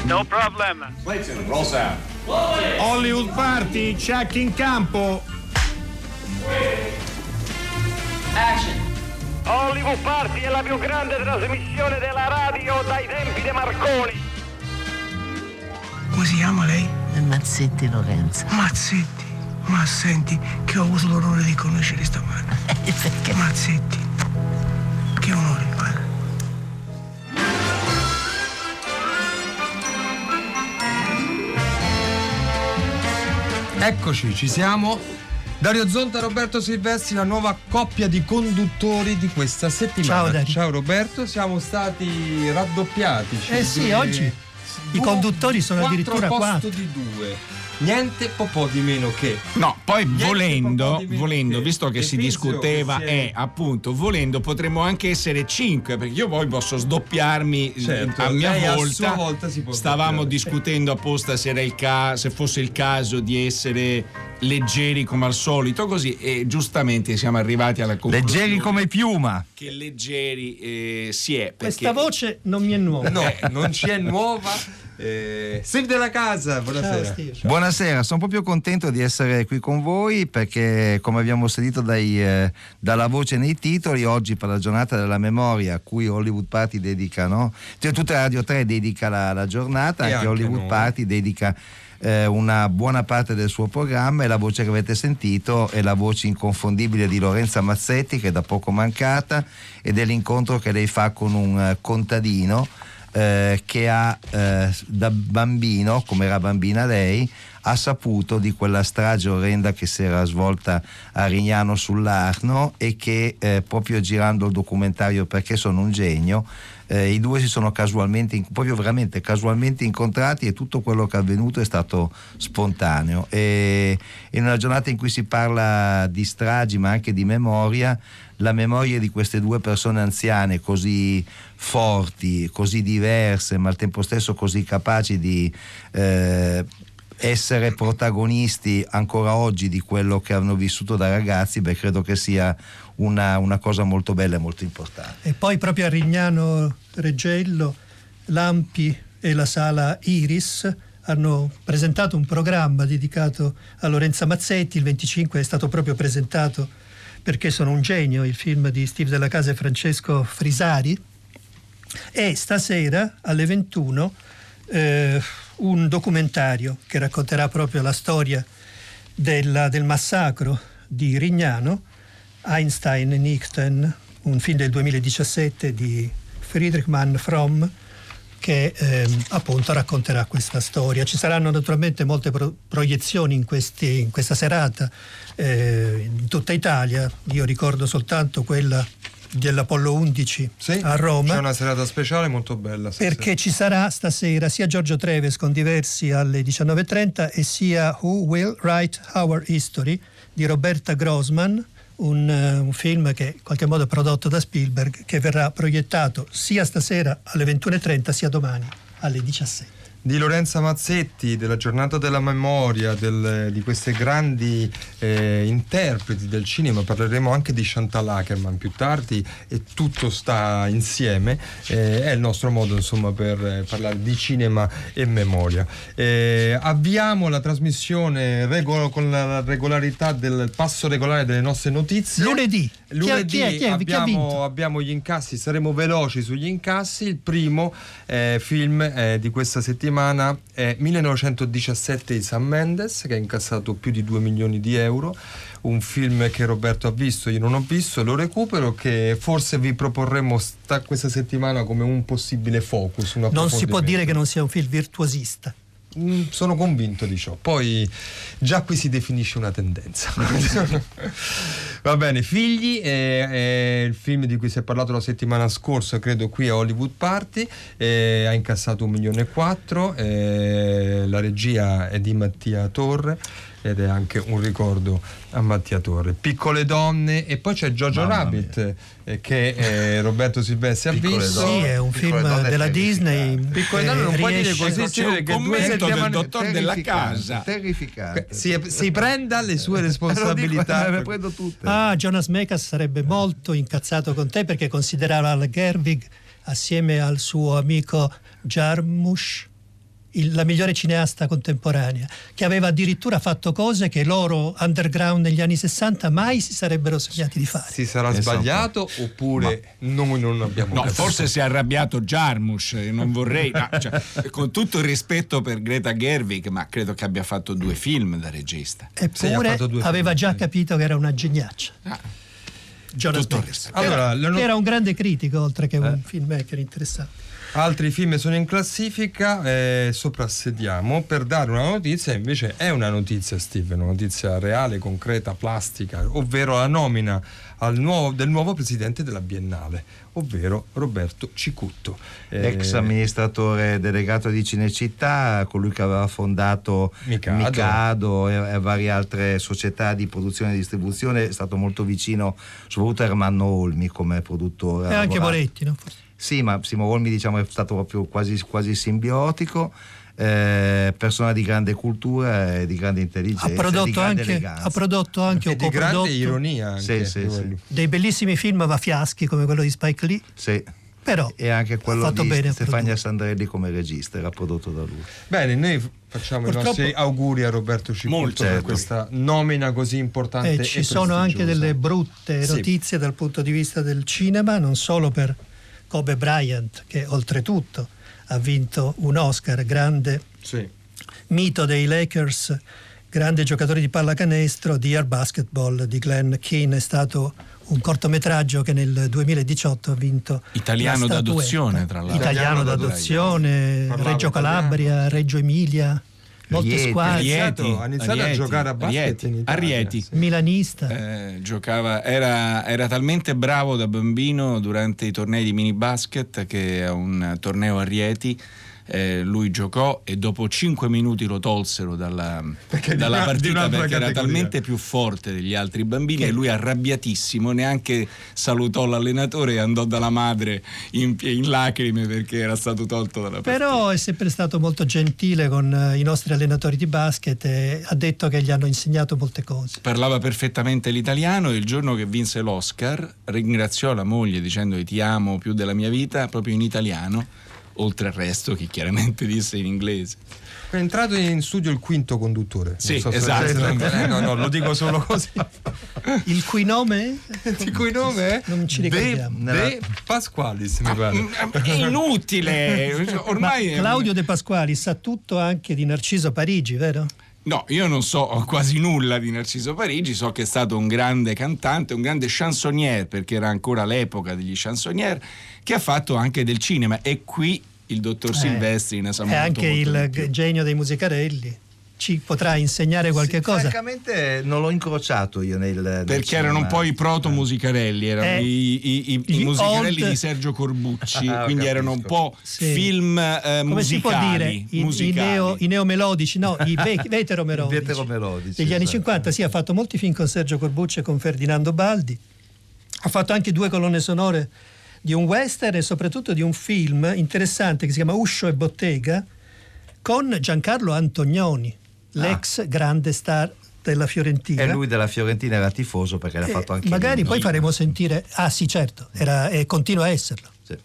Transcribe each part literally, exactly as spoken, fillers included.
No problem. Clayton, roll sound. Hollywood Party, check in campo. Action. Hollywood Party è la più grande trasmissione della radio dai tempi di Marconi. Come si chiama lei? Mazzetti Lorenzo. Mazzetti. Ma senti, che ho avuto l'onore di conoscere stamane. Perché? Mazzetti. Che onore, guarda. Eccoci, ci siamo. Dario Zonta, Roberto Silvestri, la nuova coppia di conduttori di questa settimana. Ciao Dario. Ciao Roberto, siamo stati raddoppiati. Eh sì, due, oggi i conduttori sono addirittura quattro. quattro. Posto di due. Niente po' po' di meno che. No, poi Niente volendo, po' po' di meno volendo, che. visto che E si penso discuteva, che sia- eh, appunto, volendo potremmo anche essere cinque, perché io poi posso sdoppiarmi Certo, a mia lei a volta. sua volta si può Stavamo sdoppiare. discutendo apposta se era il ca- se fosse il caso di essere leggeri come al solito, così, e giustamente siamo arrivati alla conclusione Leggeri come piuma. che leggeri eh, si è. Perché Questa voce non mi è nuova. No, non ci è nuova. Eh, Steve della casa, buonasera. Ciao Steve. Buonasera, sono proprio contento di essere qui con voi perché, come abbiamo sentito dai, eh, dalla voce nei titoli, oggi per la giornata della memoria a cui Hollywood Party dedica, no? Cioè, tutta Radio tre dedica la, la giornata, E anche, anche Hollywood noi. Party dedica eh, una buona parte del suo programma, e la voce che avete sentito è la voce inconfondibile di Lorenza Mazzetti, che è da poco mancata, ed è l'incontro che lei fa con un eh, contadino Eh, che ha eh, da bambino, come era bambina lei, ha saputo di quella strage orrenda che si era svolta a Rignano sull'Arno, e che eh, proprio girando il documentario Perché sono un genio, eh, i due si sono casualmente, proprio veramente casualmente incontrati, e tutto quello che è avvenuto è stato spontaneo. E in una giornata in cui si parla di stragi ma anche di memoria, la memoria di queste due persone anziane così forti, così diverse, ma al tempo stesso così capaci di eh, essere protagonisti ancora oggi di quello che hanno vissuto da ragazzi, beh, credo che sia una, una cosa molto bella e molto importante. E poi proprio a Rignano Reggello, l'Ampi e la Sala Iris hanno presentato un programma dedicato a Lorenza Mazzetti. Il venticinque è stato proprio presentato Perché sono un genio, il film di Steve della Casa e Francesco Frisari, e stasera alle ventuno eh, un documentario che racconterà proprio la storia della, del massacro di Rignano, Einstein Nichten, un film del duemiladiciassette di Friedrich Mann Fromm, che ehm, appunto racconterà questa storia. Ci saranno naturalmente molte pro- proiezioni in, questi, in questa serata eh, in tutta Italia. Io ricordo soltanto quella dell'Apollo undici Sì, a Roma. C'è una serata speciale molto bella stasera. Perché ci sarà stasera sia Giorgio Treves con Diversi alle diciannove e trenta, e sia Who Will Write Our History di Roberta Grossman, un, uh, un film che in qualche modo è prodotto da Spielberg, che verrà proiettato sia stasera alle ventuno e trenta sia domani alle diciassette. Di Lorenza Mazzetti, della giornata della memoria, del, di queste grandi eh, interpreti del cinema. Parleremo anche di Chantal Akerman più tardi, e tutto sta insieme. Eh, è il nostro modo, insomma, per eh, parlare di cinema e memoria. Eh, avviamo la trasmissione regolo, con la regolarità del passo regolare delle nostre notizie. Lunedì. Lunedì Chi è- chi è- chi è- chi ha abbiamo, vinto? abbiamo gli incassi, saremo veloci sugli incassi. Il primo eh, film eh, di questa settimana è millenovecentodiciassette di Sam Mendes, che ha incassato più di due milioni di euro, un film che Roberto ha visto, io non ho visto, lo recupero, che forse vi proporremo sta questa settimana come un possibile focus, un Non si può approfondimento. dire che non sia un film virtuosista. Mm, sono convinto di ciò. Poi già qui si definisce una tendenza. Va bene, Figli è, è il film di cui si è parlato la settimana scorsa, credo, qui a Hollywood Party. Eh, ha incassato un milione e quattro. Eh, la regia è di Mattia Torre, ed è anche un ricordo a Mattia Torre. Piccole donne, e poi c'è Jojo Mamma Rabbit eh, che eh, Roberto Silvestri ha Piccole visto. donne. Sì, è un Piccole film donne della terrificanti. Disney. Piccole donne non eh, puoi dire riesce- così, C'è sì, un perché due commento del settimane- dottor Della Terrificante, Casa. terrificante. si, si prenda le sue Lo responsabilità. dico, me le prendo tutte. Ah, Jonas Mekas sarebbe molto incazzato con te, perché considerava Al Gerwig, assieme al suo amico Jarmusch, il, la migliore cineasta contemporanea, che aveva addirittura fatto cose che loro underground negli anni sessanta mai si sarebbero sognati di fare. Si sarà sbagliato oppure Ma... noi non abbiamo no, capito. Forse si è arrabbiato Jarmusch, non vorrei no, cioè, con tutto il rispetto per Greta Gerwig, ma credo che abbia fatto due film da regista. Eppure sì, aveva film, già sì. capito che era una geniaccia. Ah. Jonas Mekas, allora, era, non... era un grande critico oltre che eh. un filmmaker interessante. Altri film sono in classifica, eh, soprassediamo per dare una notizia, invece è una notizia, Steve, una notizia reale, concreta, plastica, ovvero la nomina al nuovo, del nuovo presidente della Biennale, ovvero Roberto Cicutto. Eh, ex amministratore delegato di Cinecittà, colui che aveva fondato Mikado, Mikado e, e varie altre società di produzione e distribuzione, è stato molto vicino soprattutto a Ermanno Olmi come produttore. E anche Moretti, no? Forse. Sì, ma Simo Olmi diciamo è stato proprio quasi, quasi simbiotico, eh, persona di grande cultura e di grande intelligenza, ha prodotto di grande anche, eleganza. Ha prodotto anche e di grande ironia anche, sì, sì, sì. dei bellissimi film vafiaschi come quello di Spike Lee. Sì. Però e anche quello fatto di bene Stefania Sandrelli come regista era prodotto da lui. Bene, noi facciamo Purtroppo, i nostri auguri a Roberto Cicutto per questa nomina così importante. E ci e sono anche delle brutte notizie sì. dal punto di vista del cinema, non solo per Kobe Bryant, che oltretutto ha vinto un Oscar, grande sì. mito dei Lakers, grande giocatore di pallacanestro. Dear Basketball di Glenn Keane è stato un cortometraggio che nel duemiladiciotto ha vinto italiano d'adozione, tra l'altro. Italiano d'adozione, Reggio Calabria, Reggio Emilia, molte Rieti, squadre. Rieti, ha iniziato Rieti, a giocare a basket Rieti, in Italia, a Rieti. sì. Milanista. Eh, giocava, era, era talmente bravo da bambino durante i tornei di mini basket che a un torneo a Rieti eh, lui giocò e dopo cinque minuti lo tolsero dalla, dalla una, partita perché categoria. Era talmente più forte degli altri bambini che... e lui arrabbiatissimo neanche salutò l'allenatore e andò dalla madre in, in lacrime perché era stato tolto dalla partita. Però è sempre stato molto gentile con i nostri allenatori di basket e ha detto che gli hanno insegnato molte cose. Parlava perfettamente l'italiano e il giorno che vinse l'Oscar ringraziò la moglie dicendo ti amo più della mia vita proprio in italiano, oltre al resto che chiaramente disse in inglese. È entrato in studio il quinto conduttore. Sì, so esatto. Se... no, no, lo dico solo così. Il cui nome? Il cui nome è? Non ci ricordiamo. De, De Pasqualis, mi pare. È inutile. Ormai Ma Claudio De Pasquali sa tutto anche di Narciso Parigi, vero? No, io non so quasi nulla di Narciso Parigi, so che è stato un grande cantante, un grande chansonnier, perché era ancora l'epoca degli chansonnier, che ha fatto anche del cinema e qui il dottor eh, Silvestri ne sa molto. È anche molto il genio dei musicarelli. Ci potrà insegnare qualche sì, cosa? Francamente non l'ho incrociato io nel, nel perché cinema. Erano un po' i proto musicarelli, erano eh, i, i, i, i musicarelli old... di Sergio Corbucci, ah, quindi capisco. Erano un po' sì. film eh, come musicali. Si può dire? I, musicali. I, neo, i neomelodici, no, i ve- veteromelodici. veteromelodici degli anni esatto. cinquanta, sì, ha fatto molti film con Sergio Corbucci e con Ferdinando Baldi. Ha fatto anche due colonne sonore di un western e soprattutto di un film interessante che si chiama Uscio e Bottega con Giancarlo Antonioni, l'ex ah. grande star della Fiorentina. E lui della Fiorentina era tifoso perché l'ha fatto anche magari lui. Poi faremo sentire ah sì certo era, e continua a esserlo sì.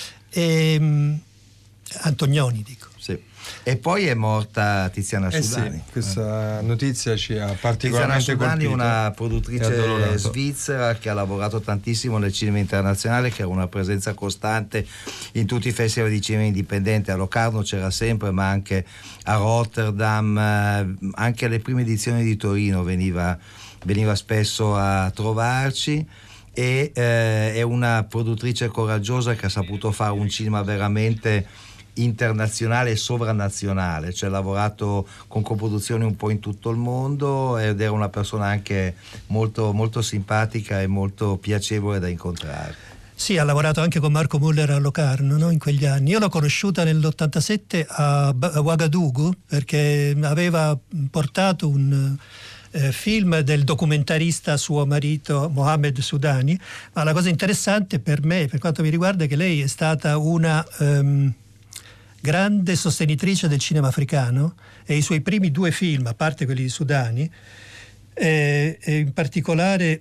e, um, Antonioni dico sì. E poi è morta Tiziana eh Sudani. Sì, questa notizia ci ha particolarmente Tiziana Sudani, colpito. una produttrice svizzera che ha lavorato tantissimo nel cinema internazionale, che era una presenza costante in tutti i festival di cinema indipendente. A Locarno c'era sempre, ma anche a Rotterdam, anche alle prime edizioni di Torino veniva, veniva spesso a trovarci. E eh, è una produttrice coraggiosa che ha saputo fare un cinema veramente internazionale e sovranazionale, cioè ha lavorato con coproduzioni un po' in tutto il mondo ed era una persona anche molto, molto simpatica e molto piacevole da incontrare. Sì, ha lavorato anche con Marco Muller a Locarno, no? In quegli anni. Io l'ho conosciuta nell'ottantasette a, a Ouagadougou perché aveva portato un eh, film del documentarista suo marito Mohamed Sudani, ma la cosa interessante per me, per quanto mi riguarda, è che lei è stata una um, grande sostenitrice del cinema africano e i suoi primi due film, a parte quelli di Sudani, eh, e in particolare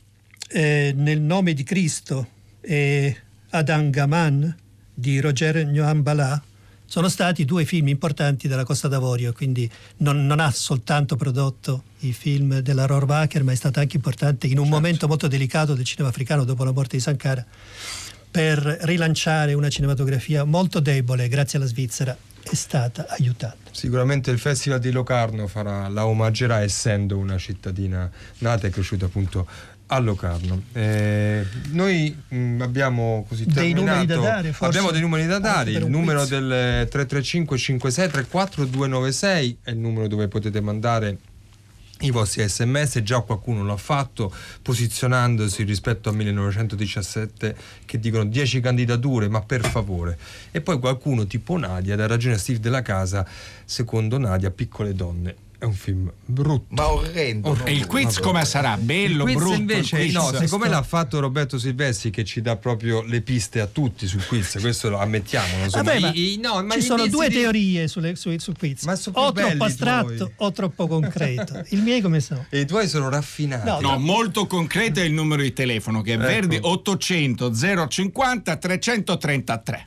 eh, Nel nome di Cristo e Adan Gaman di Roger Nyambala, sono stati due film importanti della Costa d'Avorio, quindi non, non ha soltanto prodotto i film della Rohrwacher, ma è stata anche importante in un certo. momento molto delicato del cinema africano dopo la morte di Sankara, per rilanciare una cinematografia molto debole. Grazie alla Svizzera è stata aiutata. Sicuramente il Festival di Locarno farà, la omaggerà, essendo una cittadina nata e cresciuta appunto a Locarno. Eh, noi mh, abbiamo così dei terminato. numeri da dare, forse? Abbiamo dei numeri da dare. Il numero quiz. del tre tre cinque cinque sei tre quattro due nove sei è il numero dove potete mandare i vostri sms. Già qualcuno l'ha fatto, posizionandosi rispetto a millenovecentodiciassette, che dicono dieci candidature, ma per favore. E poi qualcuno tipo Nadia dà ragione a Steve Della Casa. Secondo Nadia, Piccole donne è un film brutto, ma orrendo. orrendo. E il quiz come sarà? Bello, il quiz brutto? invece, il quiz. no, siccome l'ha fatto Roberto Silvestri, che ci dà proprio le piste a tutti sul quiz, questo lo ammettiamo. Insomma, Vabbè, ma i, i, no, ma ci sono due di... teorie sulle, su, sul quiz, Ma sono più o belli troppo astratto tuoi. o troppo concreto. Il miei come sono? E i tuoi sono raffinati. No, No, molto concreto è il numero di telefono, che è Ecco. verde ottocento zero cinquanta trecentotrentatré.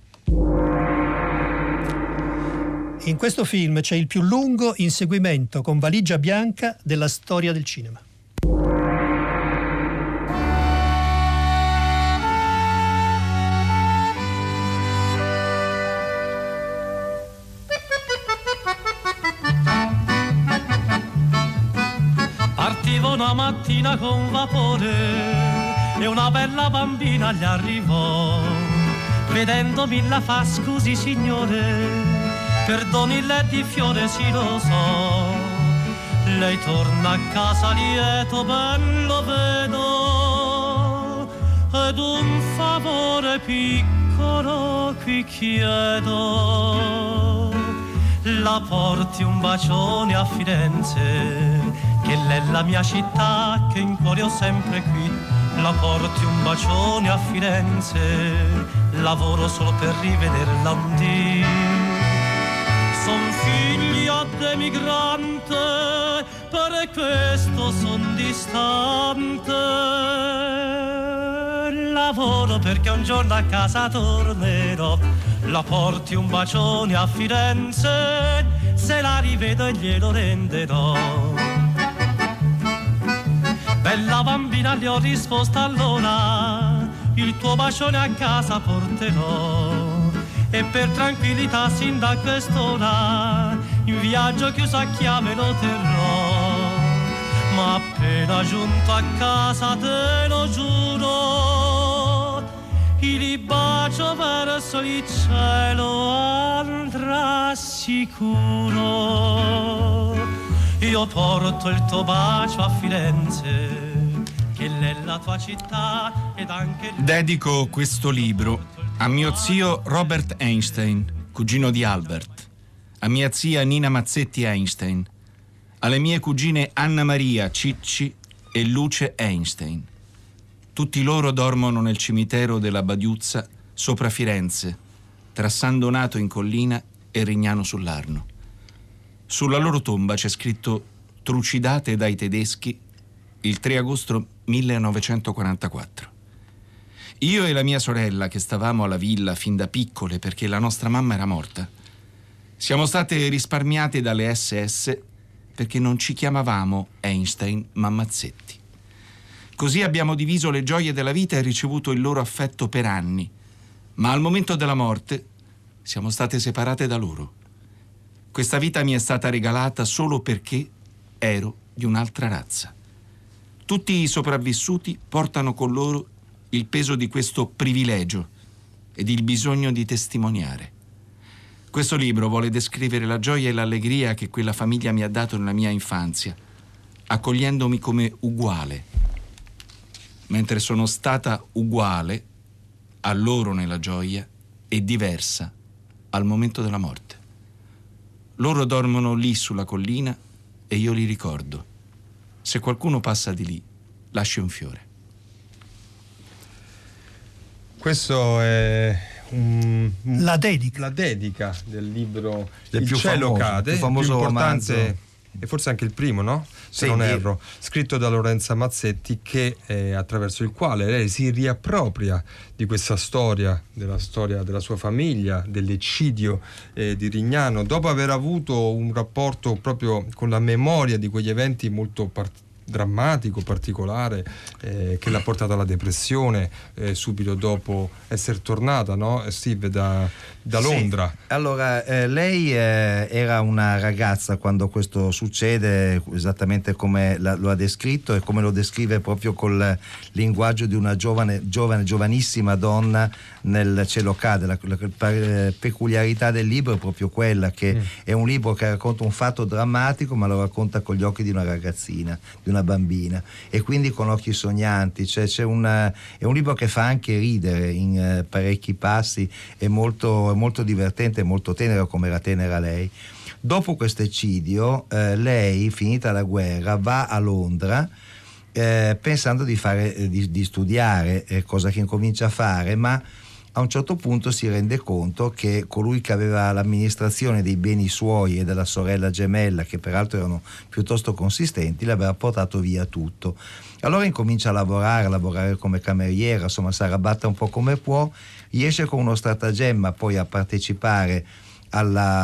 In questo film c'è il più lungo inseguimento con valigia bianca della storia del cinema. Partivo una mattina con vapore e una bella bambina gli arrivò. Vedendomi la fa: scusi signore, perdoni lei di fiore, sì lo so. Lei torna a casa lieto, bello vedo, ed un favore piccolo qui chiedo. La porti un bacione a Firenze, che l'è la mia città, che in cuore ho sempre qui. La porti un bacione a Firenze, lavoro solo per rivederla un dì. Son figlia d'emigrante, per questo son distante. Lavoro perché un giorno a casa tornerò. La porti un bacione a Firenze, se la rivedo e glielo renderò. Bella bambina, le ho risposto allora, il tuo bacione a casa porterò. E per tranquillità sin da quest'ora, in viaggio chiuso a chiave lo terrò. Ma appena giunto a casa, te lo giuro, il bacio verso il cielo andrà sicuro. Io porto il tuo bacio a Firenze, che è la tua città ed anche... Dedico questo libro a mio zio Robert Einstein, cugino di Albert, a mia zia Nina Mazzetti Einstein, alle mie cugine Anna Maria, Cicci e Luce Einstein. Tutti loro dormono nel cimitero della Badiuzza sopra Firenze, tra San Donato in collina e Rignano sull'Arno. Sulla loro tomba c'è scritto: trucidate dai tedeschi il tre agosto millenovecentoquarantaquattro. Io e la mia sorella, che stavamo alla villa fin da piccole perché la nostra mamma era morta, siamo state risparmiate dalle S S perché non ci chiamavamo Einstein ma Mazzetti. Così abbiamo diviso le gioie della vita e ricevuto il loro affetto per anni, ma al momento della morte siamo state separate da loro. Questa vita mi è stata regalata solo perché ero di un'altra razza. Tutti i sopravvissuti portano con loro il peso di questo privilegio ed il bisogno di testimoniare. Questo libro vuole descrivere la gioia e l'allegria che quella famiglia mi ha dato nella mia infanzia, accogliendomi come uguale, mentre sono stata uguale a loro nella gioia e diversa al momento della morte. Loro dormono lì sulla collina e io li ricordo. Se qualcuno passa di lì, lasci un fiore. Questo è um, La dedica. la dedica del libro Del Il più cielo famoso, cade, più famoso importante romanzo e forse anche il primo, no? Se sì, non erro, scritto da Lorenza Mazzetti, che eh, attraverso il quale lei si riappropria di questa storia, della storia della sua famiglia, dell'eccidio eh, di Rignano, dopo aver avuto un rapporto proprio con la memoria di quegli eventi molto particolari, drammatico, particolare, eh, che l'ha portata alla depressione eh, subito dopo essere tornata, no? Steve, da, da Londra. Sì. Allora, eh, lei eh, era una ragazza quando questo succede, esattamente come la, lo ha descritto e come lo descrive proprio col linguaggio di una giovane, giovane giovanissima donna nel cielo cade. La, la, la peculiarità del libro è proprio quella che mm. è un libro che racconta un fatto drammatico, ma lo racconta con gli occhi di una ragazzina, di una bambina, e quindi con occhi sognanti. Cioè, c'è una, è un libro che fa anche ridere in eh, parecchi passi, è molto, è molto divertente, è molto tenero come era tenera lei. Dopo questo eccidio eh, lei, finita la guerra, va a Londra eh, pensando di, fare, eh, di, di studiare, eh, cosa che incomincia a fare, ma a un certo punto si rende conto che colui che aveva l'amministrazione dei beni suoi e della sorella gemella, che peraltro erano piuttosto consistenti, le aveva portato via tutto. Allora incomincia a lavorare, a lavorare come cameriera, insomma si arrabatta un po' come può, riesce con uno stratagemma poi a partecipare alla,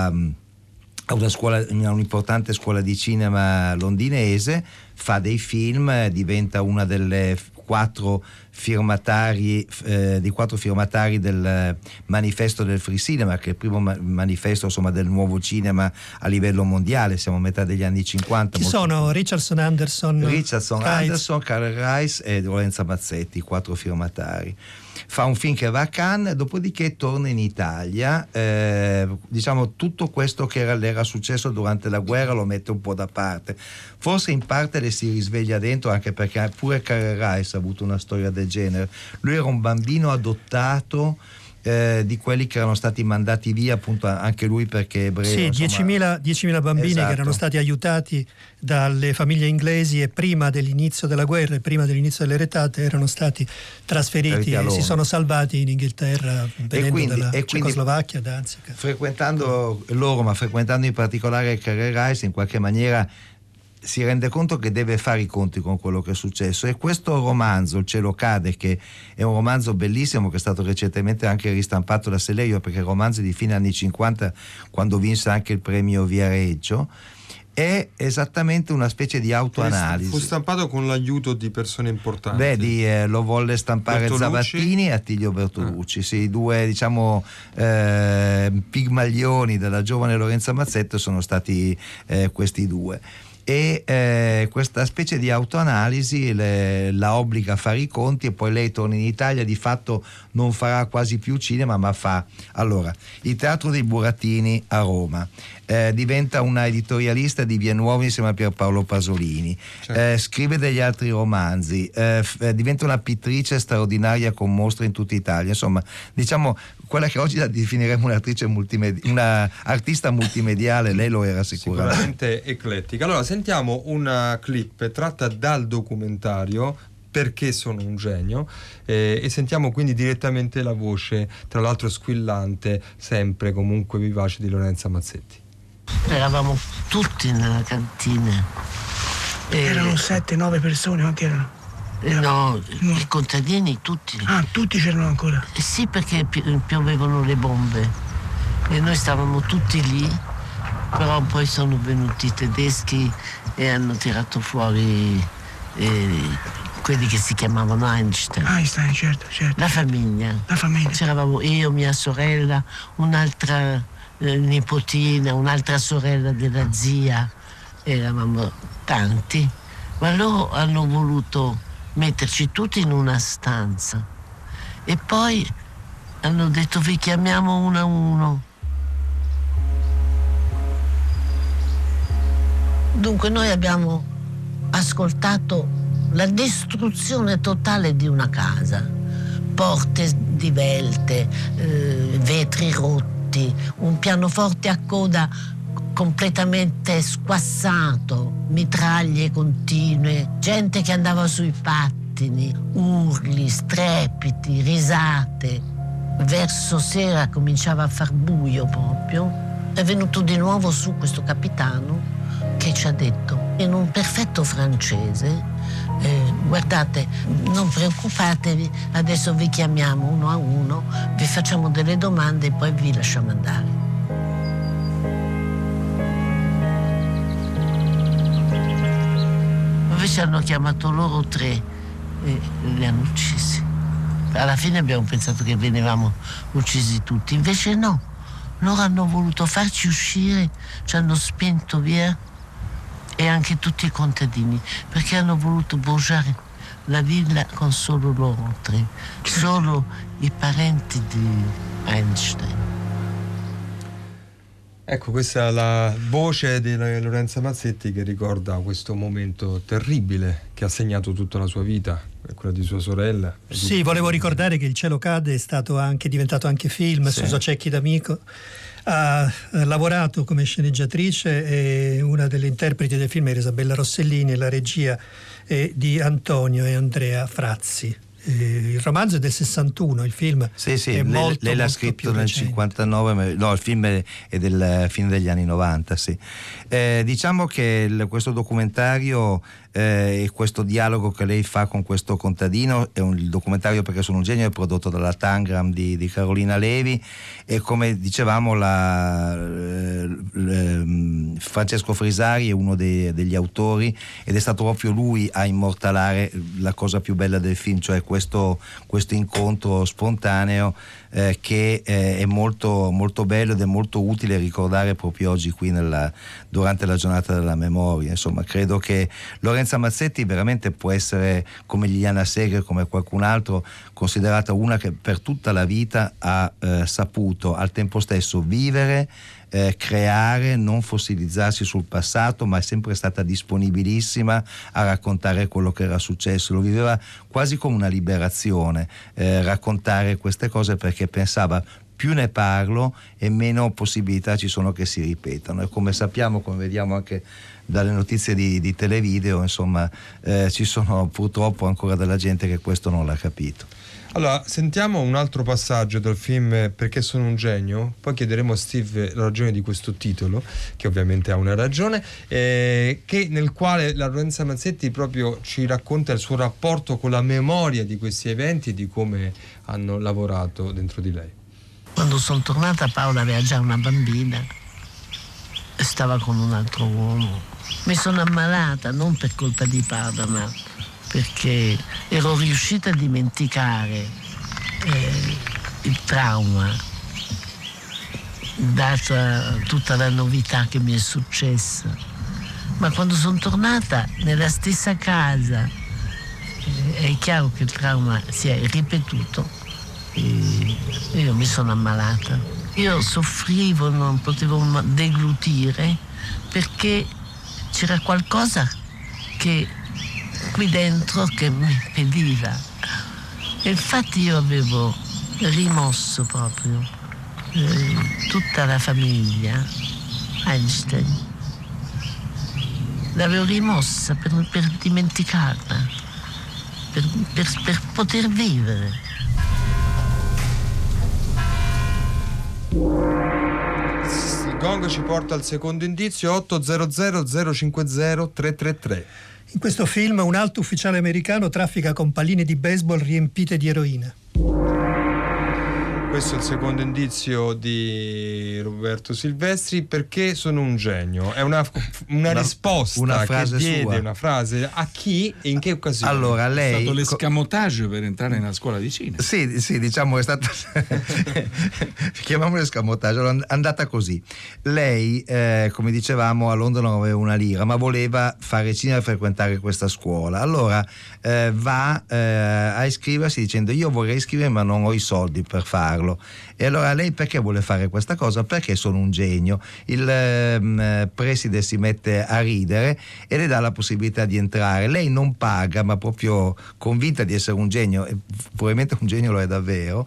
a una scuola, a un'importante scuola di cinema londinese, fa dei film, diventa una delle quattro firmatari eh, di quattro firmatari del manifesto del Free Cinema, che è il primo ma- manifesto, insomma, del nuovo cinema a livello mondiale. Siamo a metà degli anni cinquanta. Chi sono? Richardson Anderson, Richardson Rice. Anderson, Karl Rice e Lorenza Mazzetti, quattro firmatari. Fa un film che va a Cannes, dopodiché torna in Italia. Eh, diciamo tutto questo che era, le era successo durante la guerra lo mette un po' da parte. Forse in parte le si risveglia dentro, anche perché pure Karl Rice ha avuto una storia del genere. Lui era un bambino adottato eh, di quelli che erano stati mandati via, appunto anche lui perché ebreo. Sì, diecimila bambini, esatto, che erano stati aiutati dalle famiglie inglesi e prima dell'inizio della guerra e prima dell'inizio delle retate erano stati trasferiti e si sono salvati in Inghilterra, venendo quindi, dalla Cecoslovacchia, Danzica. Frequentando loro, ma frequentando in particolare Karl Rice, in qualche maniera si rende conto che deve fare i conti con quello che è successo, e questo romanzo, Il cielo cade, che è un romanzo bellissimo che è stato recentemente anche ristampato da Selerio, perché il romanzo è di fine anni cinquanta, quando vinse anche il premio Viareggio, è esattamente una specie di autoanalisi. Fu stampato con l'aiuto di persone importanti. Beh, di, eh, lo volle stampare Bertolucci. Zavattini e Attilio Bertolucci, ah. sì, due diciamo eh, pigmaglioni della giovane Lorenza Mazzetto sono stati eh, questi due. E eh, questa specie di autoanalisi le, la obbliga a fare i conti, e poi lei torna in Italia, di fatto non farà quasi più cinema, ma fa allora il Teatro dei Burattini a Roma, eh, diventa una editorialista di Vie Nuove insieme a Pierpaolo Pasolini, certo. eh, scrive degli altri romanzi, eh, f- diventa una pittrice straordinaria con mostre in tutta Italia, insomma diciamo quella che oggi la definiremo un'attrice multimed- una artista multimediale, lei lo era sicuramente. Sicuramente eclettica. Allora sentiamo una clip tratta dal documentario Perché sono un genio, eh, e sentiamo quindi direttamente la voce, tra l'altro squillante, sempre comunque vivace, di Lorenza Mazzetti. Eravamo tutti nella cantina. E... Erano sette, nove persone, quanti erano? No, no, i contadini tutti. Ah, tutti c'erano ancora? Eh sì, perché pi- piovevano le bombe e noi stavamo tutti lì, però poi sono venuti i tedeschi e hanno tirato fuori eh, quelli che si chiamavano Einstein. Einstein, certo, certo. La famiglia. La famiglia. C'eravamo io, mia sorella, un'altra eh, nipotina, un'altra sorella della zia, eravamo tanti, ma loro hanno voluto metterci tutti in una stanza e poi hanno detto vi chiamiamo uno a uno. Dunque noi abbiamo ascoltato la distruzione totale di una casa, porte divelte, eh, vetri rotti, un pianoforte a coda completamente squassato, mitraglie continue, gente che andava sui pattini, urli, strepiti, risate. Verso sera cominciava a far buio proprio. È venuto di nuovo su questo capitano che ci ha detto in un perfetto francese: Eh, guardate, non preoccupatevi, adesso vi chiamiamo uno a uno, vi facciamo delle domande e poi vi lasciamo andare. Invece hanno chiamato loro tre e li hanno uccisi. Alla fine abbiamo pensato che venivamo uccisi tutti, invece no, loro hanno voluto farci uscire, ci hanno spinto via, e anche tutti i contadini, perché hanno voluto bruciare la villa con solo loro tre, solo i parenti di Einstein. Ecco, questa è la voce di Lorenza Mazzetti che ricorda questo momento terribile che ha segnato tutta la sua vita, quella di sua sorella. Sì, volevo ricordare che Il cielo cade è stato anche diventato anche film. Sì. Suso Cecchi D'Amico ha lavorato come sceneggiatrice e una delle interpreti del film era Isabella Rossellini, e la regia è di Antonio e Andrea Frazzi. Il romanzo è del sessantuno, il film sì, sì, è lei, molto, lei l'ha molto scritto più nel recente. cinquantanove, no, il film è, è del fine degli anni novanta, sì. Eh, diciamo che il, questo documentario eh, e questo dialogo che lei fa con questo contadino è un il documentario Perché sono un genio, è prodotto dalla Tangram di, di Carolina Levi, e come dicevamo la, l, Francesco Frisari è uno dei, degli autori, ed è stato proprio lui a immortalare la cosa più bella del film, cioè questo, questo incontro spontaneo eh, che eh, è molto, molto bello ed è molto utile ricordare proprio oggi qui nella, durante la giornata della memoria. Insomma, credo che Lorenza Mazzetti veramente può essere, come Liliana Segre, come qualcun altro, considerata una che per tutta la vita ha eh, saputo al tempo stesso vivere, Eh, creare, non fossilizzarsi sul passato, ma è sempre stata disponibilissima a raccontare quello che era successo. Lo viveva quasi come una liberazione, eh, raccontare queste cose, perché pensava: più ne parlo e meno possibilità ci sono che si ripetano. E come sappiamo, come vediamo anche dalle notizie di, di televideo, insomma, eh, ci sono purtroppo ancora della gente che questo non l'ha capito. Allora, sentiamo un altro passaggio del film Perché sono un genio, poi chiederemo a Steve la ragione di questo titolo, che ovviamente ha una ragione, eh, che, nel quale la Lorenza Mazzetti proprio ci racconta il suo rapporto con la memoria di questi eventi e di come hanno lavorato dentro di lei. Quando sono tornata, Paola aveva già una bambina e stava con un altro uomo. Mi sono ammalata non per colpa di Paola, ma perché ero riuscita a dimenticare eh, il trauma, data tutta la novità che mi è successa. Ma quando sono tornata nella stessa casa, eh, è chiaro che il trauma si è ripetuto e io mi sono ammalata. Io soffrivo, non potevo deglutire, perché c'era qualcosa che qui dentro che mi impediva. E infatti io avevo rimosso proprio eh, tutta la famiglia Einstein. L'avevo rimossa per, per dimenticarla, per, per, per poter vivere. Il gong ci porta al secondo indizio. Otto zero zero zero cinque zero tre tre tre. In questo film un alto ufficiale americano traffica con palline di baseball riempite di eroina. Questo è il secondo indizio di Roberto Silvestri. Perché sono un genio. È una, una, una risposta una frase che diede sua. Una frase a chi e in che occasione? Allora, lei è stato l'escamotage per entrare nella scuola di cinema. Sì, sì, diciamo è stato chiamiamolo escamotage. Allora, è andata così. Lei, eh, come dicevamo, a Londra non aveva una lira, ma voleva fare cinema e frequentare questa scuola. Allora eh, va eh, a iscriversi dicendo: io vorrei iscrivermi ma non ho i soldi per farlo. E allora lei perché vuole fare questa cosa? Perché sono un genio. Il eh, preside si mette a ridere e le dà la possibilità di entrare. Lei non paga, ma proprio convinta di essere un genio, e probabilmente un genio lo è davvero,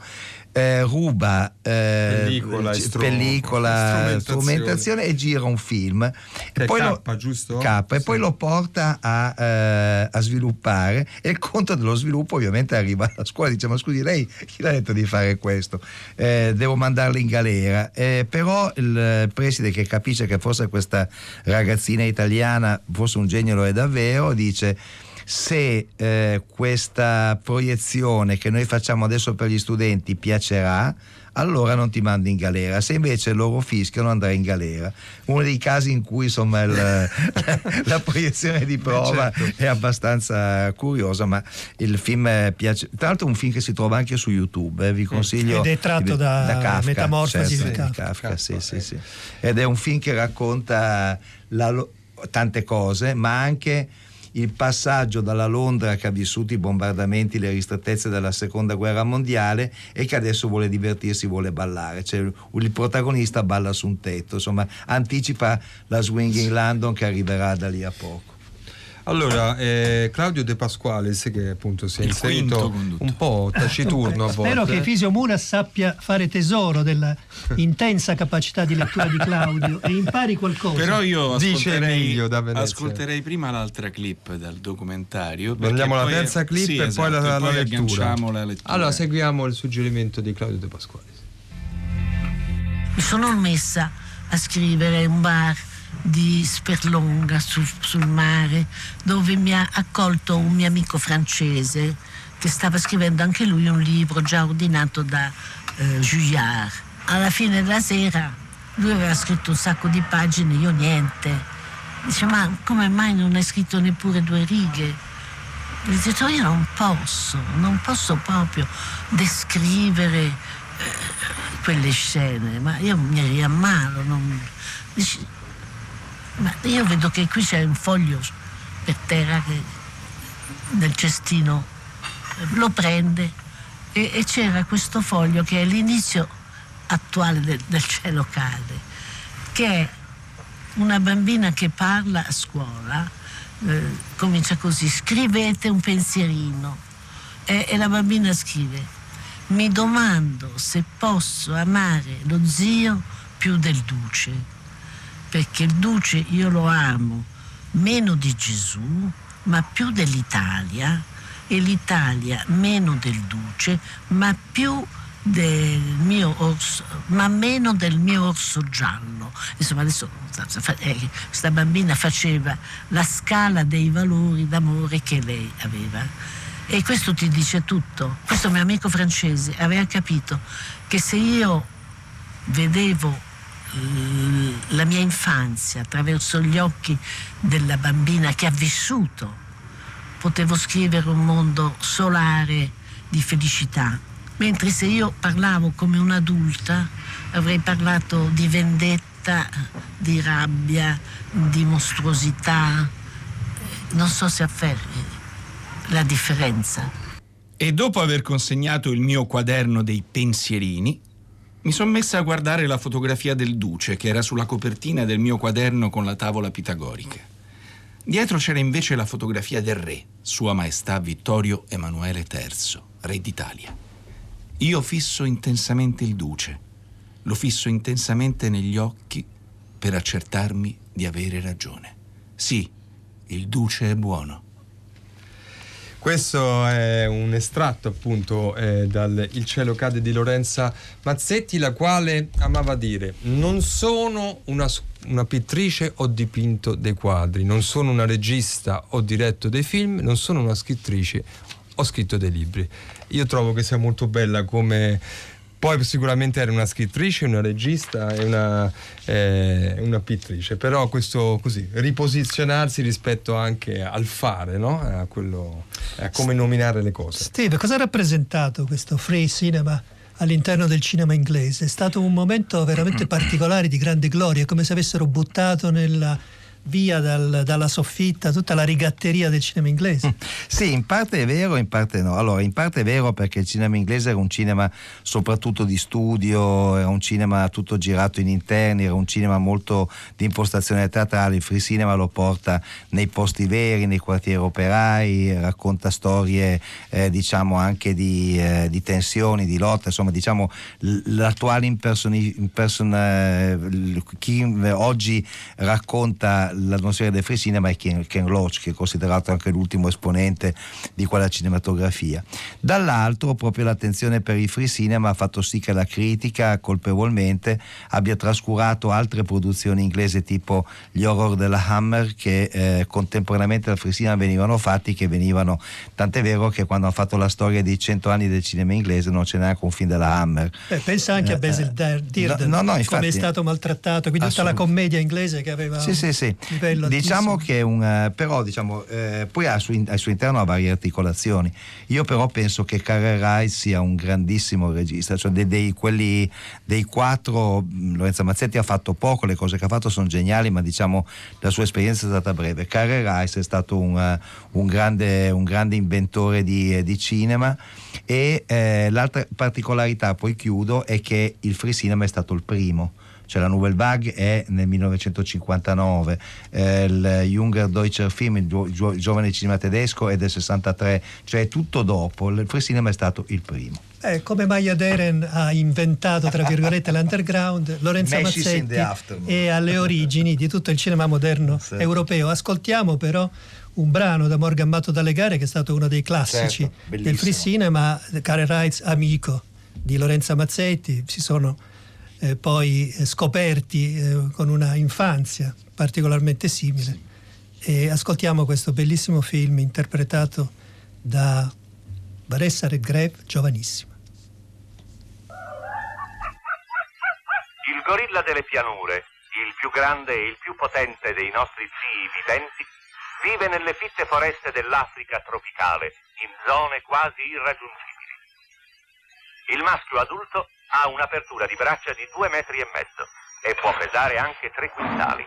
eh, ruba eh, pellicola, c- stro- pellicola strumentazione. strumentazione e gira un film Che e poi, K, lo, giusto? K, e Sì. poi lo porta a, eh, a sviluppare, e il conto dello sviluppo ovviamente arriva alla scuola e dice: ma scusi, lei chi l'ha detto di fare questo? Eh, devo mandarla in galera. Eh, però il preside, che capisce che forse questa ragazzina italiana forse un genio lo è davvero, dice: se eh, questa proiezione che noi facciamo adesso per gli studenti piacerà, allora non ti mando in galera. Se invece loro fischiano, andrai in galera. Uno dei casi in cui insomma il, la, la proiezione di prova certo. è abbastanza curiosa, ma il film piace. Tra l'altro è un film che si trova anche su YouTube, eh, vi consiglio. Ed è tratto da, da Kafka, Metamorfosi certo, di Kafka. Kafka, Kafka sì, sì, eh. sì. Ed è un film che racconta la, tante cose, ma anche il passaggio dalla Londra che ha vissuto i bombardamenti, le ristrettezze della seconda guerra mondiale, e che adesso vuole divertirsi, vuole ballare. Cioè, il protagonista balla su un tetto, insomma anticipa la Swinging London che arriverà da lì a poco. Allora, eh, Claudio De Pasqualis, che appunto si è Il inserito un po' taciturno a volte. Spero che Fisio Muras sappia fare tesoro della intensa capacità di lettura di Claudio e impari qualcosa. Però io Dice ascolterei, Emilio da Venezia. ascolterei prima l'altra clip dal documentario. Prendiamo la poi- terza clip sì, e esatto, poi la, e la poi lettura. agganciamo la lettura. Allora seguiamo il suggerimento di Claudio De Pasqualis. Mi sono messa a scrivere un bar di Sperlonga su, sul mare, dove mi ha accolto un mio amico francese che stava scrivendo anche lui un libro già ordinato da eh, Juillard. Alla fine della sera lui aveva scritto un sacco di pagine, io niente. Dice: ma come mai non hai scritto neppure due righe? Gli ho detto: io non posso, non posso proprio descrivere eh, quelle scene, ma io mi riammalo. Non... Dice: ma io vedo che qui c'è un foglio per terra che nel cestino lo prende e, e c'era questo foglio che è l'inizio attuale del, del cielo cade, che è una bambina che parla a scuola, eh, comincia così: scrivete un pensierino, e, e la bambina scrive: mi domando se posso amare lo zio più del duce, perché il duce io lo amo meno di Gesù, ma più dell'Italia, e l'Italia meno del duce, ma più del mio orso, ma meno del mio orso giallo. Insomma, adesso questa bambina faceva la scala dei valori d'amore che lei aveva, e questo ti dice tutto. Questo mio amico francese aveva capito che se io vedevo la mia infanzia attraverso gli occhi della bambina che ha vissuto, potevo scrivere un mondo solare di felicità, mentre se io parlavo come un'adulta avrei parlato di vendetta, di rabbia, di mostruosità. Non so se afferri la differenza. E dopo aver consegnato il mio quaderno dei pensierini, mi sono messa a guardare la fotografia del duce che era sulla copertina del mio quaderno con la tavola pitagorica. Dietro c'era invece la fotografia del re, Sua Maestà Vittorio Emanuele terzo, re d'Italia. Io fisso intensamente il duce, lo fisso intensamente negli occhi per accertarmi di avere ragione. Sì, il duce è buono. Questo è un estratto appunto eh, dal Il cielo cade di Lorenza Mazzetti, la quale amava dire: non sono una, una pittrice, ho dipinto dei quadri, non sono una regista, ho diretto dei film, non sono una scrittrice, ho scritto dei libri. Io trovo che sia molto bella come... Poi sicuramente era una scrittrice, una regista e una, eh, una pittrice, però questo così, riposizionarsi rispetto anche al fare, no? A quello, a come nominare le cose. Steve, cosa ha rappresentato questo free cinema all'interno del cinema inglese? È stato un momento veramente particolare di grande gloria, come se avessero buttato nella via dal, dalla soffitta tutta la rigatteria del cinema inglese. Sì, in parte è vero, in parte no. Allora, in parte è vero perché il cinema inglese era un cinema soprattutto di studio, era un cinema tutto girato in interni, era un cinema molto di impostazione teatrale. Il free cinema lo porta nei posti veri, nei quartieri operai, racconta storie eh, diciamo anche di, eh, di tensioni, di lotta, insomma diciamo l'attuale impersoni, impersona, chi oggi racconta l'atmosfera del free cinema è Ken, Ken Loach, che è considerato anche l'ultimo esponente di quella cinematografia. Dall'altro proprio l'attenzione per il free cinema ha fatto sì che la critica colpevolmente abbia trascurato altre produzioni inglesi tipo gli horror della Hammer che eh, contemporaneamente al free cinema venivano fatti, che venivano, tant'è vero che quando hanno fatto la storia dei cento anni del cinema inglese non c'è neanche un film della Hammer. Beh, pensa anche eh, a Basil Dearden, no, no, no, come è stato maltrattato, quindi tutta la commedia inglese che aveva sì, sì, sì. livello diciamo altissimo. Che un però diciamo eh, poi al suo, al suo interno ha varie articolazioni. Io però penso che Carrere Rice sia un grandissimo regista, cioè dei, dei quelli dei quattro Lorenzo Mazzetti ha fatto poco, le cose che ha fatto sono geniali, ma diciamo la sua esperienza è stata breve. Carrere Rice è stato un, un grande un grande inventore di, di cinema e eh, l'altra particolarità, poi chiudo, è che il free cinema è stato il primo. Cioè la Nouvelle Vague è nel millenovecentocinquantanove, eh, il Junger Deutscher Film, il, gio- il giovane cinema tedesco, è del sessantatré, cioè tutto dopo. Il free cinema è stato il primo. Eh, come Maya Deren ha inventato tra virgolette l'underground, Lorenzo Mazzetti è alle origini di tutto il cinema moderno certo. europeo. Ascoltiamo però un brano da Morgan Matto dalle Gare che è stato uno dei classici certo, del free cinema, Carrere Rice, Amico di Lorenzo Mazzetti. Si sono Eh, poi eh, scoperti eh, con una infanzia particolarmente simile e ascoltiamo questo bellissimo film interpretato da Vanessa Redgrave, giovanissima. Il gorilla delle pianure, il più grande e il più potente dei nostri zii viventi, vive nelle fitte foreste dell'Africa tropicale, in zone quasi irraggiungibili. Il maschio adulto ha un'apertura di braccia di due metri e mezzo e può pesare anche tre quintali.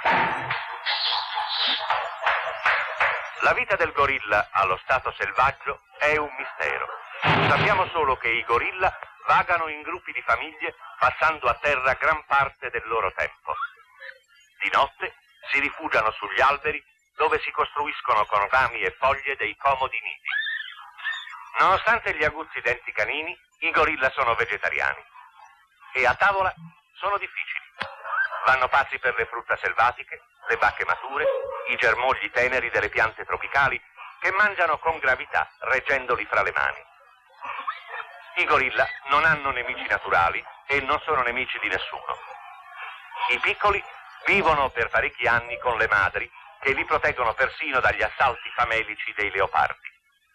La vita del gorilla allo stato selvaggio è un mistero. Sappiamo solo che i gorilla vagano in gruppi di famiglie passando a terra gran parte del loro tempo. Di notte si rifugiano sugli alberi dove si costruiscono con rami e foglie dei comodi nidi. Nonostante gli aguzzi denti canini, i gorilla sono vegetariani e a tavola sono difficili. Vanno pazzi per le frutta selvatiche, le bacche mature, i germogli teneri delle piante tropicali che mangiano con gravità, reggendoli fra le mani. I gorilla non hanno nemici naturali e non sono nemici di nessuno. I piccoli vivono per parecchi anni con le madri che li proteggono persino dagli assalti famelici dei leopardi.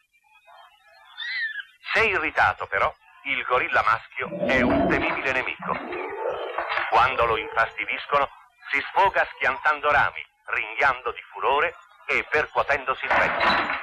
Se irritato però, il gorilla maschio è un temibile nemico. Quando lo infastidiscono, si sfoga schiantando rami, ringhiando di furore e percuotendosi il petto.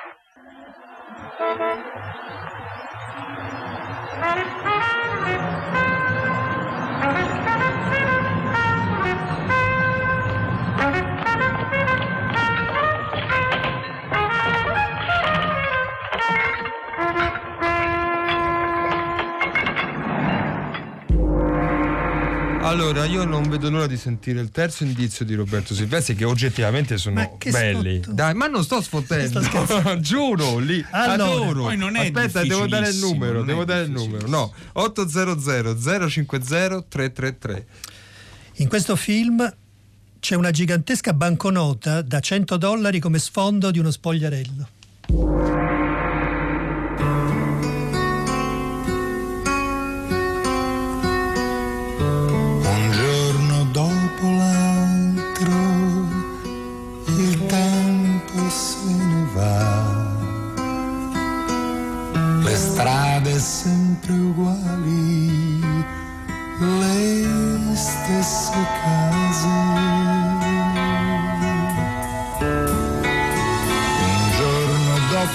Allora, io non vedo l'ora di sentire il terzo indizio di Roberto Silvestri, che oggettivamente sono ma belli. sfotto. Dai, ma non sto sfottendo, sto giuro, li allora, adoro. Poi non è Aspetta, devo dare il numero, devo dare il numero. No, otto zero zero zero cinque zero tre tre tre. In questo film c'è una gigantesca banconota da cento dollari come sfondo di uno spogliarello. Le strade sempre uguali, le stesse case. Un giorno dopo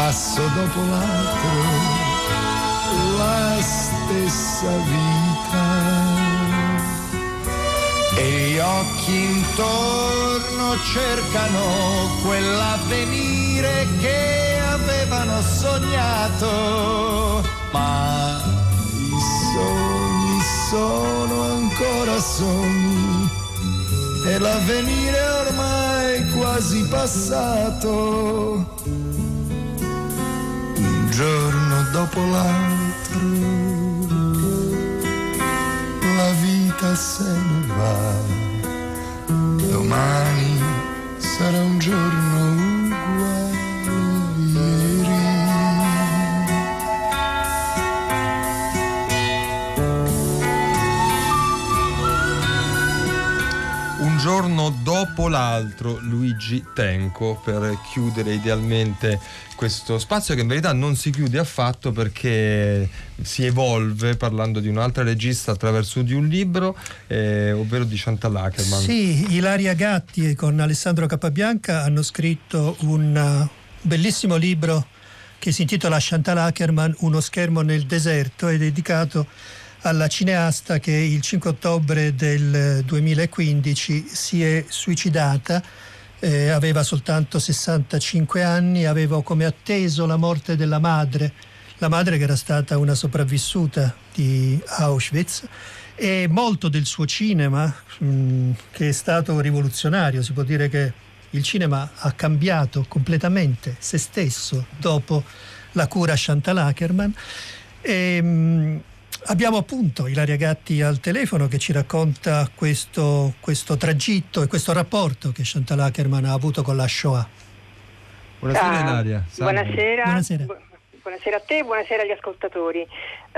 passo dopo l'altro, la stessa vita. E gli occhi intorno cercano quell'avvenire che avevano sognato, ma i sogni sono ancora sogni e l'avvenire è ormai quasi passato. Un giorno dopo l'altro la vita se ne va, domani sarà un giorno uguale a ieri. Un giorno dopo l'altro, Luigi Tenco, per chiudere idealmente questo spazio che in verità non si chiude affatto perché si evolve parlando di un'altra regista attraverso di un libro, eh, ovvero di Chantal Akerman. Sì, Ilaria Gatti con Alessandro Capabianca hanno scritto un bellissimo libro che si intitola Chantal Akerman, Uno schermo nel deserto, è dedicato alla cineasta che il cinque ottobre del duemilaquindici si è suicidata. Eh, aveva soltanto sessantacinque anni, aveva come atteso la morte della madre, la madre che era stata una sopravvissuta di Auschwitz, e molto del suo cinema, mh, che è stato rivoluzionario. Si può dire che il cinema ha cambiato completamente se stesso dopo la cura Chantal Akerman. E, mh, abbiamo appunto Ilaria Gatti al telefono che ci racconta questo, questo tragitto e questo rapporto che Chantal Akerman ha avuto con la Shoah. Buonasera ah, Ilaria. Buonasera. Buonasera. Bu- buonasera a te, buonasera agli ascoltatori.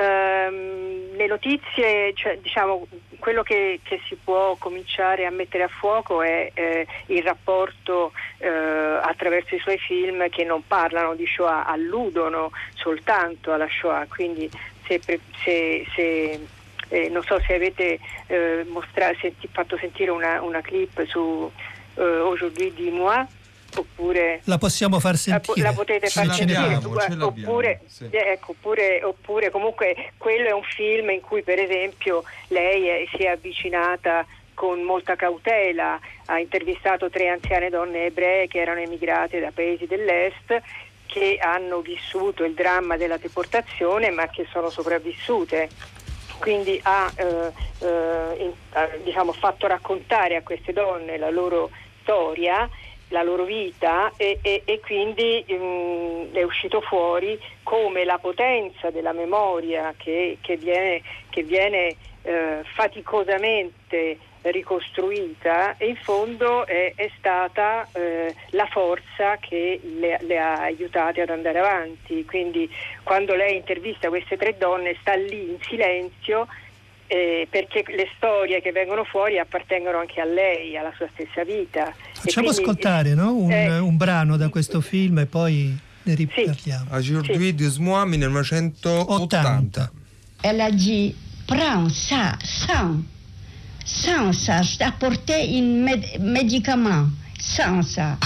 Ehm, le notizie, cioè, diciamo, quello che, che si può cominciare a mettere a fuoco è eh, il rapporto eh, attraverso i suoi film che non parlano di Shoah, alludono soltanto alla Shoah, quindi se, se, se eh, non so se avete eh, mostra- senti- fatto sentire una, una clip su eh, Aujourd'hui dis-moi, oppure la possiamo far sentire, la, la potete far ce sentire l'abbiamo, oppure, sì. eh, ecco, oppure, oppure comunque quello è un film in cui per esempio lei è, si è avvicinata con molta cautela, ha intervistato tre anziane donne ebree che erano emigrate da paesi dell'est, che hanno vissuto il dramma della deportazione ma che sono sopravvissute, quindi ha eh, eh, in, ha, diciamo, fatto raccontare a queste donne la loro storia, la loro vita, e, e, e quindi mh, è uscito fuori come la potenza della memoria che, che viene, che viene eh, faticosamente ricostruita, e in fondo è, è stata eh, la forza che le, le ha aiutate ad andare avanti. Quindi quando lei intervista queste tre donne sta lì in silenzio, eh, perché le storie che vengono fuori appartengono anche a lei, alla sua stessa vita. Facciamo quindi, ascoltare no? un, eh, un brano da questo film e poi ne riparliamo. Aujourd'hui dis-moi, millenovecentottanta. Elle a dit prends ça sans sans ça, je t'apportais un med- médicament sans ça.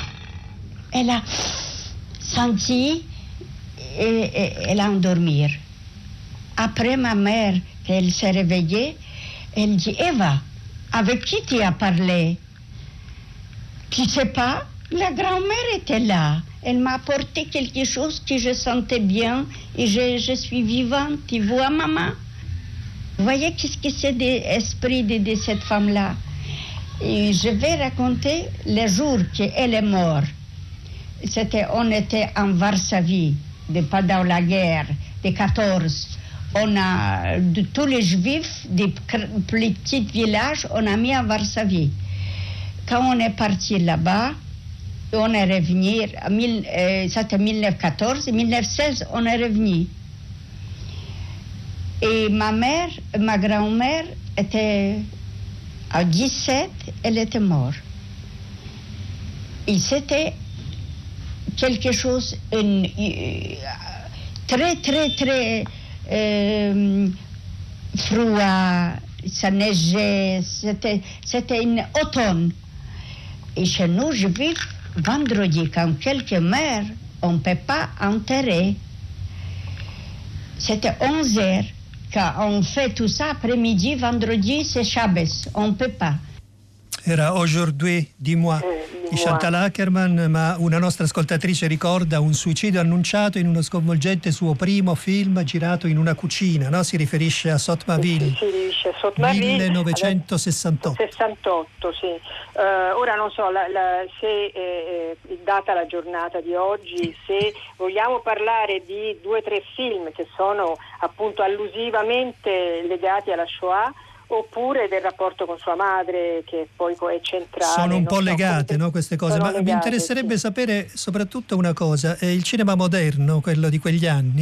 Elle a senti et, et elle a endormi. Après ma mère, elle s'est réveillée, elle dit Eva, avec qui tu as parlé? Tu sais pas, la grand-mère était là. Elle m'a apporté quelque chose que je sentais bien et je, je suis vivante, tu vois maman? Vous voyez qu'est-ce que c'est l'esprit de, de cette femme-là? Et je vais raconter le jour qu'elle est morte. C'était, on était en Varsovie, de, pendant la guerre de quatorze. On a, de tous les juifs des petits villages, on a mis en Varsovie. Quand on est parti là-bas, on est revenu, euh, c'était dix-neuf quatorze, dix-neuf seize, on est revenu. Et ma mère, ma grand-mère était à dix-sept, elle était morte. Et c'était quelque chose une, une, très, très, très euh, froid, ça neigeait, c'était, c'était une automne. Et chez nous, je vis vendredi, quand quelques mères on ne peut pas enterrer. C'était onze heures. Quand on fait tout ça, après-midi, vendredi, c'est Shabbos. On ne peut pas. Era Aujourd'hui di moi di Chantal Akerman, ma una nostra ascoltatrice ricorda un suicidio annunciato in uno sconvolgente suo primo film girato in una cucina, no? Si riferisce a Sotmaville, si riferisce a Sotmaville millenovecentosessantotto. sessantotto, sì. Uh, ora non so la, la, se eh, data la giornata di oggi, se vogliamo parlare di due o tre film che sono appunto allusivamente legati alla Shoah, oppure del rapporto con sua madre, che poi è centrale. Sono un po' so, legate, no, queste cose, ma legate, mi interesserebbe sì. sapere soprattutto una cosa: eh, il cinema moderno, quello di quegli anni,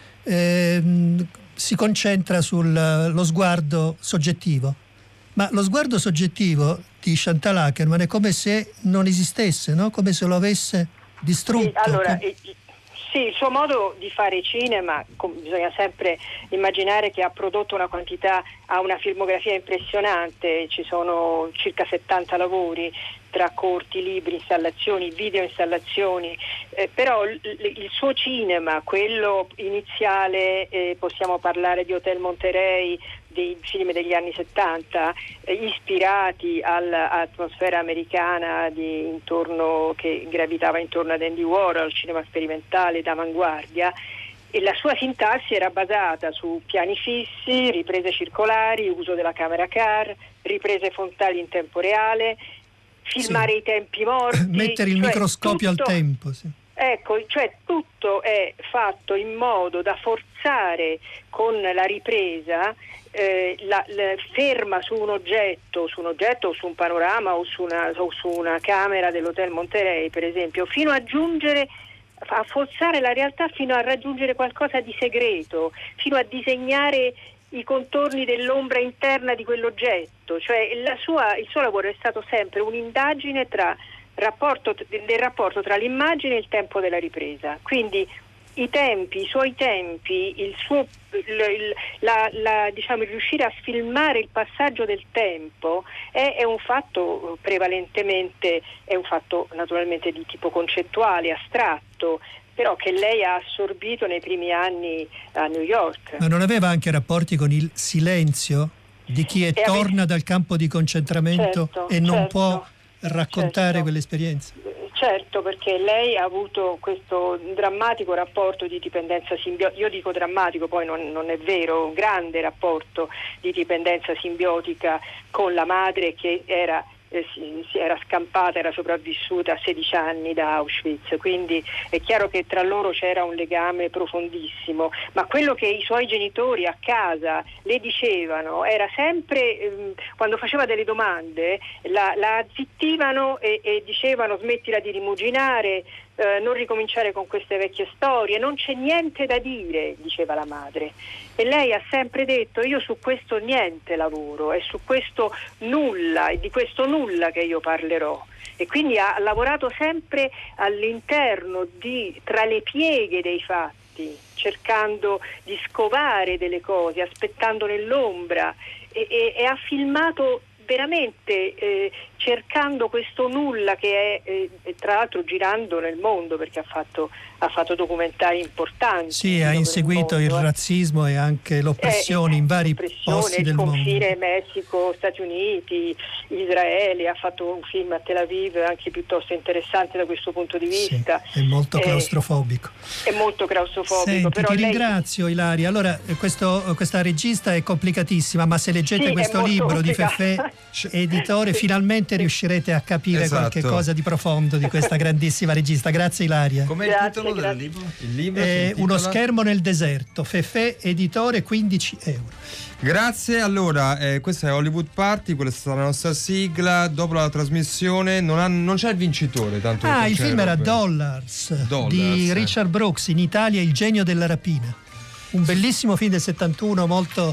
ehm, si concentra sullo sguardo soggettivo, ma lo sguardo soggettivo di Chantal Akerman è come se non esistesse, no? Come se lo avesse distrutto. Sì, allora, e, Sì, il suo modo di fare cinema, com- bisogna sempre immaginare che ha prodotto una quantità, ha una filmografia impressionante, ci sono circa settanta lavori tra corti, libri, installazioni, video installazioni, eh, però l- l- il suo cinema, quello iniziale, eh, possiamo parlare di Hotel Monterey, dei film degli anni settanta, eh, ispirati all'atmosfera americana di intorno, che gravitava intorno ad Andy Warhol, cinema sperimentale d'avanguardia, e la sua sintassi era basata su piani fissi, riprese circolari, uso della camera car, riprese frontali in tempo reale, filmare sì. i tempi morti, mettere il cioè microscopio tutto, al tempo, sì. Ecco, cioè tutto è fatto in modo da forzare con la ripresa eh, la, la, ferma su un oggetto, su un oggetto o su un panorama o su una, o su una camera dell'Hotel Monterey, per esempio, fino a giungere a forzare la realtà, fino a raggiungere qualcosa di segreto, fino a disegnare i contorni dell'ombra interna di quell'oggetto. Cioè la sua, il suo lavoro è stato sempre un'indagine tra rapporto, del rapporto tra l'immagine e il tempo della ripresa. Quindi i tempi, i suoi tempi, il suo il, il, la, la, diciamo, il riuscire a filmare il passaggio del tempo è, è un fatto prevalentemente, è un fatto naturalmente di tipo concettuale, astratto, però che lei ha assorbito nei primi anni a New York. Ma non aveva anche rapporti con il silenzio di chi è, torna ave... dal campo di concentramento certo, e non certo, può raccontare certo. quell'esperienza? Certo, perché lei ha avuto questo drammatico rapporto di dipendenza simbiotica, io dico drammatico, poi non, non è vero, un grande rapporto di dipendenza simbiotica con la madre, che era Eh, si, si era scampata, era sopravvissuta a sedici anni da Auschwitz, quindi è chiaro che tra loro c'era un legame profondissimo, ma quello che i suoi genitori a casa le dicevano era sempre, ehm, quando faceva delle domande la, la azzittivano e, e dicevano: smettila di rimuginare, eh, non ricominciare con queste vecchie storie, non c'è niente da dire, diceva la madre. E lei ha sempre detto: io su questo niente lavoro, è su questo nulla, è di questo nulla che io parlerò. E quindi ha lavorato sempre all'interno di, tra le pieghe dei fatti, cercando di scovare delle cose, aspettando nell'ombra, e, e, e ha filmato veramente eh, cercando questo nulla, che è eh, tra l'altro girando nel mondo, perché ha fatto, ha fatto documentari importanti. Sì, ha inseguito il, mondo, il razzismo e anche l'oppressione eh, in vari posti del mondo. Il confine Messico, Stati Uniti, Israele, ha fatto un film a Tel Aviv anche piuttosto interessante da questo punto di vista. Sì, è molto claustrofobico. Eh, è molto claustrofobico. Senti, però ti lei... ringrazio Ilaria. Allora, questo, questa regista è complicatissima, ma se leggete sì, questo libro di Feffè, editore, sì. finalmente riuscirete a capire esatto. qualche cosa di profondo di questa grandissima regista. Grazie Ilaria. Com'è il titolo grazie. del libro? Il libro eh, Uno schermo nel deserto, Feffè, editore, quindici euro. Grazie, allora eh, questa è Hollywood Party, questa è la nostra sigla. Dopo la trasmissione non, ha, non c'è il vincitore tanto Ah, il film era Dollars, Dollars di eh. Richard Brooks, in Italia Il genio della rapina, un bellissimo film del settantuno, molto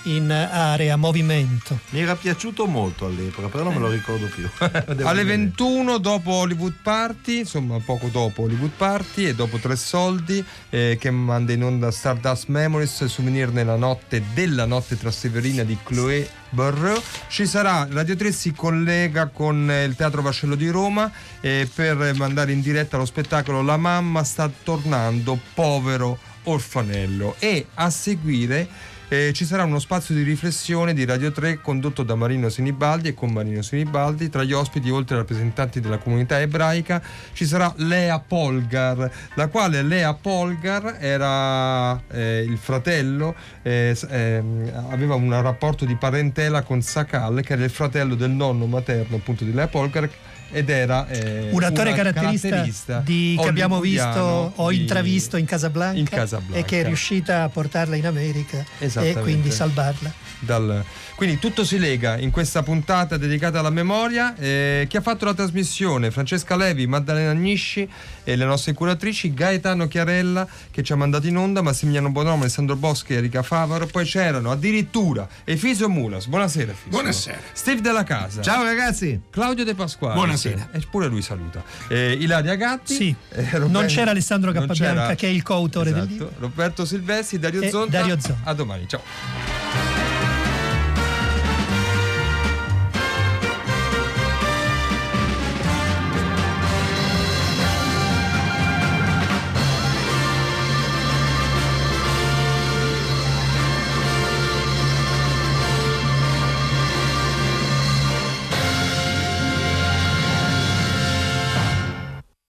in area movimento. Mi era piaciuto molto all'epoca, però non me lo ricordo più. Alle ventuno, dopo Hollywood Party, insomma poco dopo Hollywood Party e dopo Tre Soldi, eh, che manda in onda Stardust Memories, Souvenir nella notte della notte trasteverina di Chloé Barreau, ci sarà, Radio tre si collega con il Teatro Vascello di Roma eh, per mandare in diretta lo spettacolo La mamma sta tornando, povero orfanello, e a seguire Eh, ci sarà uno spazio di riflessione di Radio tre condotto da Marino Sinibaldi e con Marino Sinibaldi. Tra gli ospiti, oltre ai rappresentanti della comunità ebraica, ci sarà Lea Polgar, la quale Lea Polgar era eh, il fratello, eh, eh, aveva un rapporto di parentela con Sakal, che era il fratello del nonno materno appunto di Lea Polgar, ed era eh, un attore una caratterista, caratterista di, che abbiamo visto o di, intravisto in Casablanca, in Casablanca e che è riuscita a portarla in America e quindi salvarla. Dal, quindi tutto si lega in questa puntata dedicata alla memoria. Eh, chi ha fatto la trasmissione? Francesca Levi, Maddalena Agnisci e le nostre curatrici, Gaetano Chiarella che ci ha mandato in onda, Massimiliano Bonomo, Alessandro Boschi e Erika Favaro. Poi c'erano addirittura Efisio Mulas, buonasera Efisio. Buonasera. Steve Della Casa, ciao ragazzi. Claudio De Pasquale, buonasera. E pure lui saluta. eh, Ilaria Gatti, sì. eh, Roberto, non c'era Alessandro Cappabianca, c'era, che è il coautore esatto, del libro, Roberto Silvestri, Dario Zonta. Dario Zonta. A domani, ciao.